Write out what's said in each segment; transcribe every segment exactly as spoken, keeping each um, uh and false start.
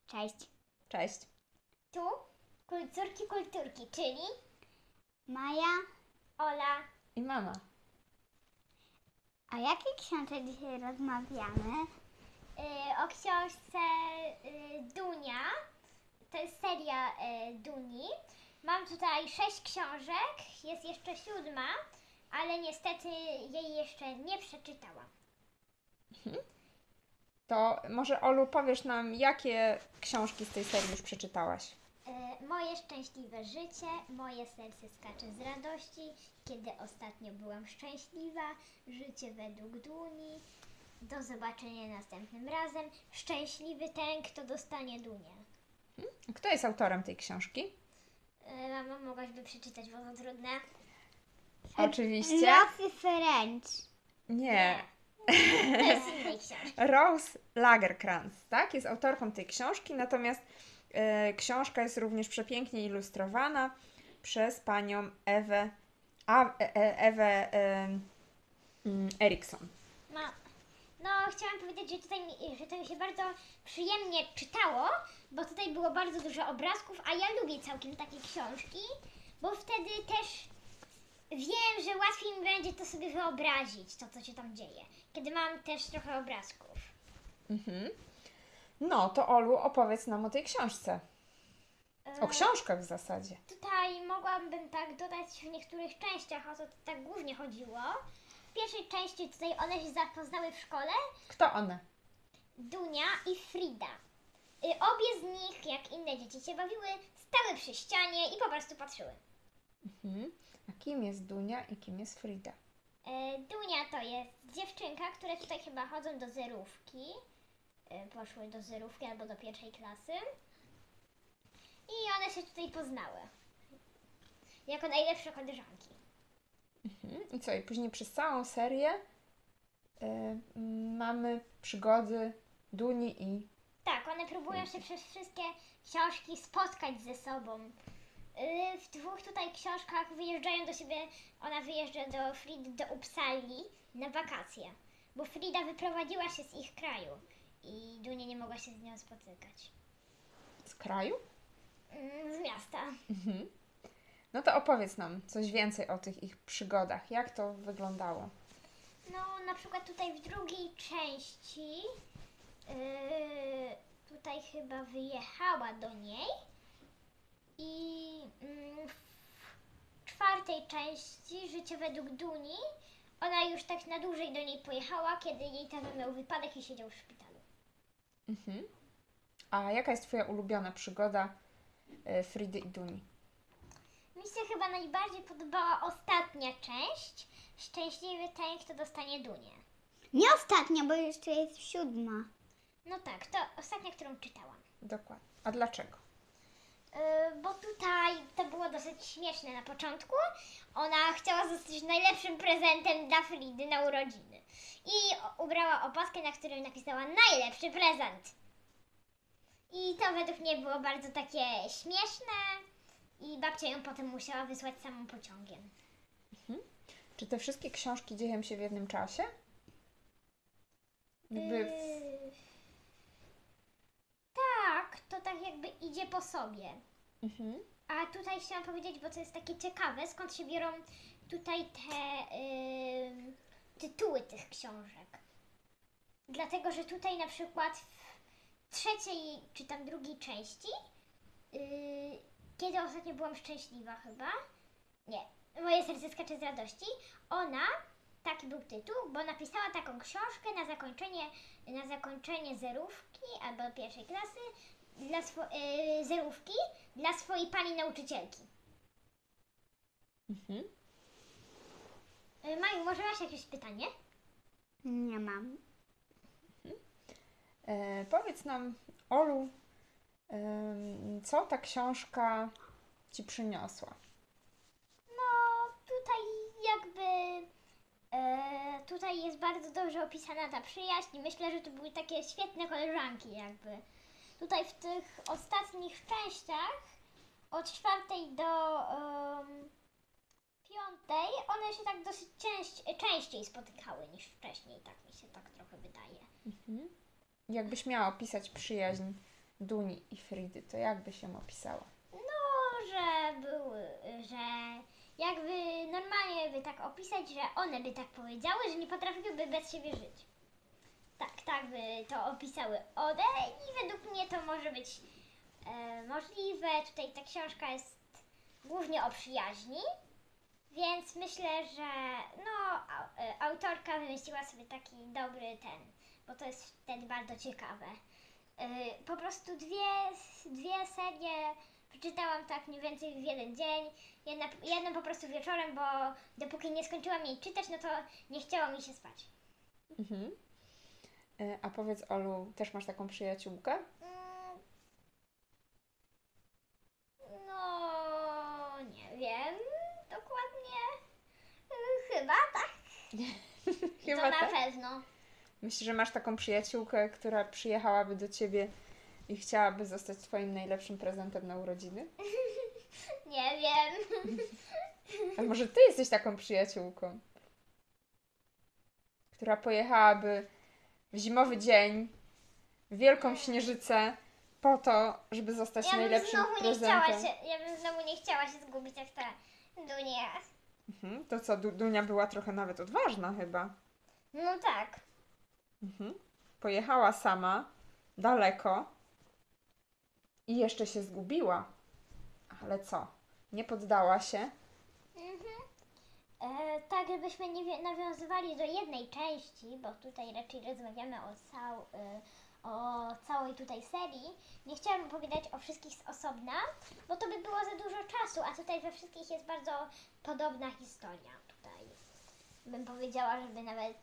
Cześć. Cześć. Tu Kulturki Kulturki, czyli Maja, Ola. I mama. O jakiej książce dzisiaj rozmawiamy? Yy, o książce yy, Dunia. To jest seria yy, Duni. Mam tutaj sześć książek, jest jeszcze siódma, ale niestety jej jeszcze nie przeczytałam. To może, Olu, powiesz nam, jakie książki z tej serii już przeczytałaś? Yy, moje szczęśliwe życie, moje serce skacze z radości, kiedy ostatnio byłam szczęśliwa, życie według Duni, do zobaczenia następnym razem, szczęśliwy ten, kto dostanie Dunię. Kto jest autorem tej książki? Yy, mama, mogłaby przeczytać, bo to trudne. Oczywiście. Love French. Nie. To jest innej książki. Rose Lagerkrantz, tak? Jest autorką tej książki, natomiast e, książka jest również przepięknie ilustrowana przez panią Ewę, A, e, e, Ewę e, mm, Eriksson. No, no, chciałam powiedzieć, że tutaj mi, że to mi się bardzo przyjemnie czytało, bo tutaj było bardzo dużo obrazków, a ja lubię całkiem takie książki, bo wtedy też wiem, że łatwiej mi będzie to sobie wyobrazić, to co się tam dzieje, kiedy mam też trochę obrazków. Mhm. No, to Olu, opowiedz nam o tej książce. O E, książkach w zasadzie. Tutaj mogłabym tak dodać w niektórych częściach, o co to tak głównie chodziło. W pierwszej części tutaj one się zapoznały w szkole, Kto one? Dunia i Frida. Y, obie z nich, jak inne dzieci się bawiły, stały przy ścianie i po prostu patrzyły. Mhm. A kim jest Dunia i kim jest Frida? E, Dunia to jest dziewczynka, które tutaj chyba chodzą do zerówki. E, poszły do zerówki albo do pierwszej klasy. I one się tutaj poznały. Jako najlepsze koleżanki. Mhm. I co? I później przez całą serię y, mamy przygody Duni i... Tak, one próbują się przez wszystkie książki spotkać ze sobą. Yy, W dwóch tutaj książkach wyjeżdżają do siebie, ona wyjeżdża do Fridy, do Uppsali na wakacje, bo Frida wyprowadziła się z ich kraju i Dunia nie mogła się z nią spotykać. z kraju? Yy, Z miasta. Mhm. No to opowiedz nam coś więcej o tych ich przygodach. Jak to wyglądało? No, na przykład tutaj w drugiej części yy, tutaj chyba wyjechała do niej i mm, w czwartej części Życie według Duni ona już tak na dłużej do niej pojechała, kiedy jej tata miał wypadek i siedział w szpitalu. Mhm. A jaka jest Twoja ulubiona przygoda y, Fridy i Duni? Mi się chyba najbardziej podobała ostatnia część, Szczęśliwy ten, kto dostanie Dunię. Nie ostatnia, bo jeszcze jest siódma. No tak, to ostatnia, którą czytałam. Dokładnie. A dlaczego? Yy, bo tutaj to było dosyć śmieszne na początku. Ona chciała zostać najlepszym prezentem dla Fridy na urodziny. I o- ubrała opaskę, na której napisała najlepszy prezent. I to według mnie było bardzo takie śmieszne. I babcia ją potem musiała wysłać samym pociągiem. Czy te wszystkie książki dzieją się w jednym czasie? Jakby w... Yy, Tak, to tak jakby idzie po sobie. mhm. A tutaj chciałam powiedzieć, bo to jest takie ciekawe, skąd się biorą tutaj te ym, tytuły tych książek. Dlatego, że tutaj na przykład w trzeciej czy tam drugiej części, yy, kiedy ostatnio byłam szczęśliwa chyba, nie, moje serce skacze z radości, ona, taki był tytuł, bo napisała taką książkę na zakończenie, na zakończenie zerówki albo pierwszej klasy, dla swo- yy, zerówki dla swojej pani nauczycielki. Mhm. Yy, Maju, może masz jakieś pytanie? Nie mam. E, powiedz nam, Olu, em, co ta książka Ci przyniosła? No, tutaj jakby e, tutaj jest bardzo dobrze opisana ta przyjaźń i myślę, że to były takie świetne koleżanki jakby. Tutaj w tych ostatnich częściach od czwartej do em, piątej one się tak dosyć część, częściej spotykały niż wcześniej, tak mi się tak trochę wydaje. Mhm. Jakbyś miała opisać przyjaźń Duni i Fridy, to jak byś ją opisała? No, że były, że jakby normalnie by tak opisać, że one by tak powiedziały, że nie potrafiłyby bez siebie żyć. Tak, tak by to opisały one i według mnie to może być e, możliwe. Tutaj ta książka jest głównie o przyjaźni, więc myślę, że no, au- e, autorka wymyśliła sobie taki dobry ten, bo to jest wtedy bardzo ciekawe. E, po prostu dwie, dwie serie przeczytałam tak mniej więcej w jeden dzień. Jedna, jedną po prostu wieczorem, bo dopóki nie skończyłam jej czytać, no to nie chciało mi się spać. Mhm. E, A powiedz, Olu, też masz taką przyjaciółkę? Mm, No, nie wiem dokładnie. Y, Chyba tak. Chyba to na tak. pewno. Myślisz, że masz taką przyjaciółkę, która przyjechałaby do ciebie i chciałaby zostać twoim najlepszym prezentem na urodziny? Nie wiem. A może ty jesteś taką przyjaciółką, która pojechałaby w zimowy dzień, w wielką śnieżycę, po to, żeby zostać Ja bym najlepszym znowu nie chciała prezentem? się, ja bym znowu nie chciała się zgubić jak ta Dunia. Mhm. To co, Du- Dunia była trochę nawet odważna chyba. No tak. Mhm. Pojechała sama, daleko i jeszcze się zgubiła. Ale co? Nie poddała się? Mhm. E, tak, żebyśmy nie wie- nawiązywali do jednej części, bo tutaj raczej rozmawiamy o, cał, e, o całej tutaj serii. Nie chciałam opowiadać o wszystkich z osobna, bo to by było za dużo czasu, a tutaj we wszystkich jest bardzo podobna historia. Tutaj bym powiedziała, żeby nawet...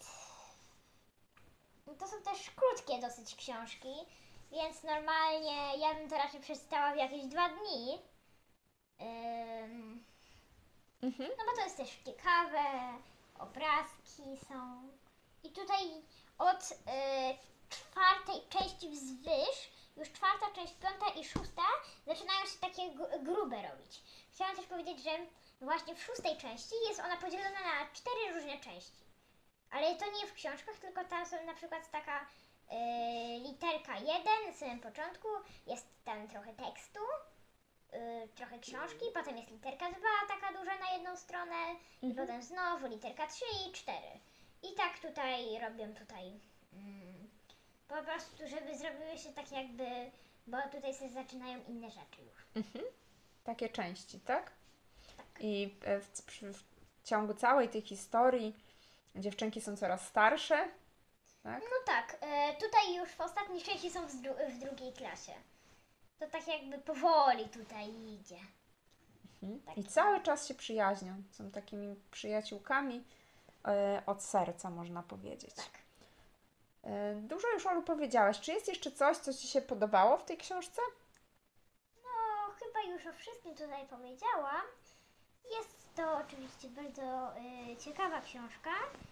No to są też krótkie dosyć książki, więc normalnie ja bym to raczej przeczytała w jakieś dwa dni. Ym, Mhm. no bo to jest też ciekawe, obrazki są. I tutaj od y, czwartej części wzwyż, już czwarta część, piąta i szósta zaczynają się takie gr- grube robić. Chciałam też powiedzieć, że właśnie w szóstej części jest ona podzielona na cztery różne części. Ale to nie w książkach, tylko tam są na przykład taka y, literka jeden na samym początku, jest tam trochę tekstu, y, trochę książki, potem jest literka dwa, taka duża na jedną stronę, i Mhm. potem znowu literka trzy i cztery. I tak tutaj robią tutaj mm, po prostu, żeby zrobiły się tak jakby, bo tutaj się zaczynają inne rzeczy już. Mhm. Takie części, tak? I e, w, przy- w ciągu całej tej historii dziewczynki są coraz starsze, tak? No tak, e, tutaj już w ostatniej części są w, dru- w drugiej klasie. To tak jakby powoli tutaj idzie. Mhm. Tak. I cały czas się przyjaźnią. Są takimi przyjaciółkami e, od serca, można powiedzieć. Tak. E, dużo już, Olu, powiedziałaś. Czy jest jeszcze coś, co Ci się podobało w tej książce? No, chyba już o wszystkim tutaj powiedziałam. Jest to oczywiście bardzo y, ciekawa książka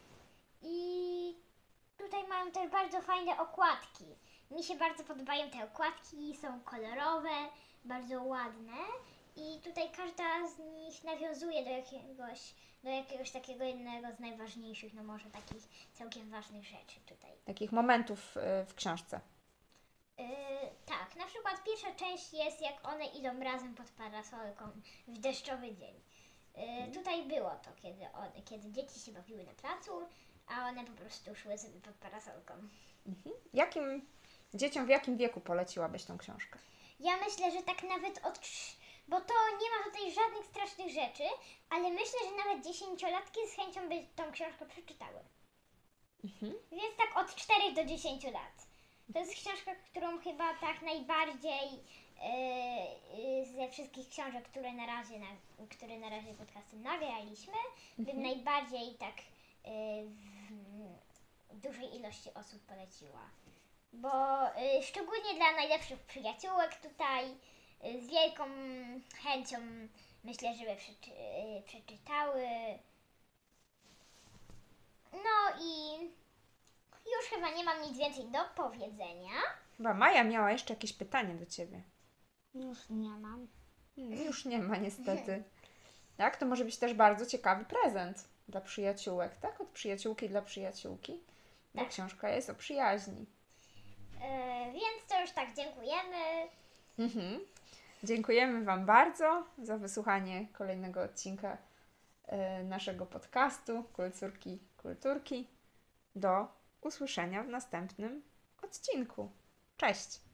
i tutaj mają też bardzo fajne okładki. Mi się bardzo podobają te okładki, są kolorowe, bardzo ładne i tutaj każda z nich nawiązuje do jakiegoś, do jakiegoś takiego jednego z najważniejszych, no może takich całkiem ważnych rzeczy tutaj. Takich momentów e, w książce. Yy, tak, na przykład pierwsza część jest jak one idą razem pod parasolką w deszczowy dzień. Yy, tutaj było to, kiedy, one, kiedy dzieci się bawiły na placu, a one po prostu szły sobie pod parasolką. Mhm. Jakim dzieciom, w jakim wieku poleciłabyś tą książkę? Ja myślę, że tak nawet od... trz- Bo to nie ma tutaj żadnych strasznych rzeczy, ale myślę, że nawet dziesięciolatki z chęcią by tą książkę przeczytały. Mhm. Więc tak od czterech do dziesięciu lat. To jest książka, którą chyba tak najbardziej yy, yy, ze wszystkich książek, które na razie, na, które na razie podcastem nagraliśmy, bym najbardziej tak yy, w dużej ilości osób poleciła. Bo yy, szczególnie dla najlepszych przyjaciółek tutaj yy, z wielką chęcią myślę, żeby przeczy, yy, przeczytały. No i już chyba nie mam nic więcej do powiedzenia. Chyba Maja miała jeszcze jakieś pytanie do Ciebie. Już nie mam. Hmm, Już nie ma niestety. Tak, to może być też bardzo ciekawy prezent dla przyjaciółek, tak? Od przyjaciółki dla przyjaciółki. Bo Tak. książka jest o przyjaźni. Yy, E, więc to już tak dziękujemy. Mhm. Dziękujemy Wam bardzo za wysłuchanie kolejnego odcinka e, naszego podcastu Kulcórki Kulturki. Do usłyszenia w następnym odcinku. Cześć!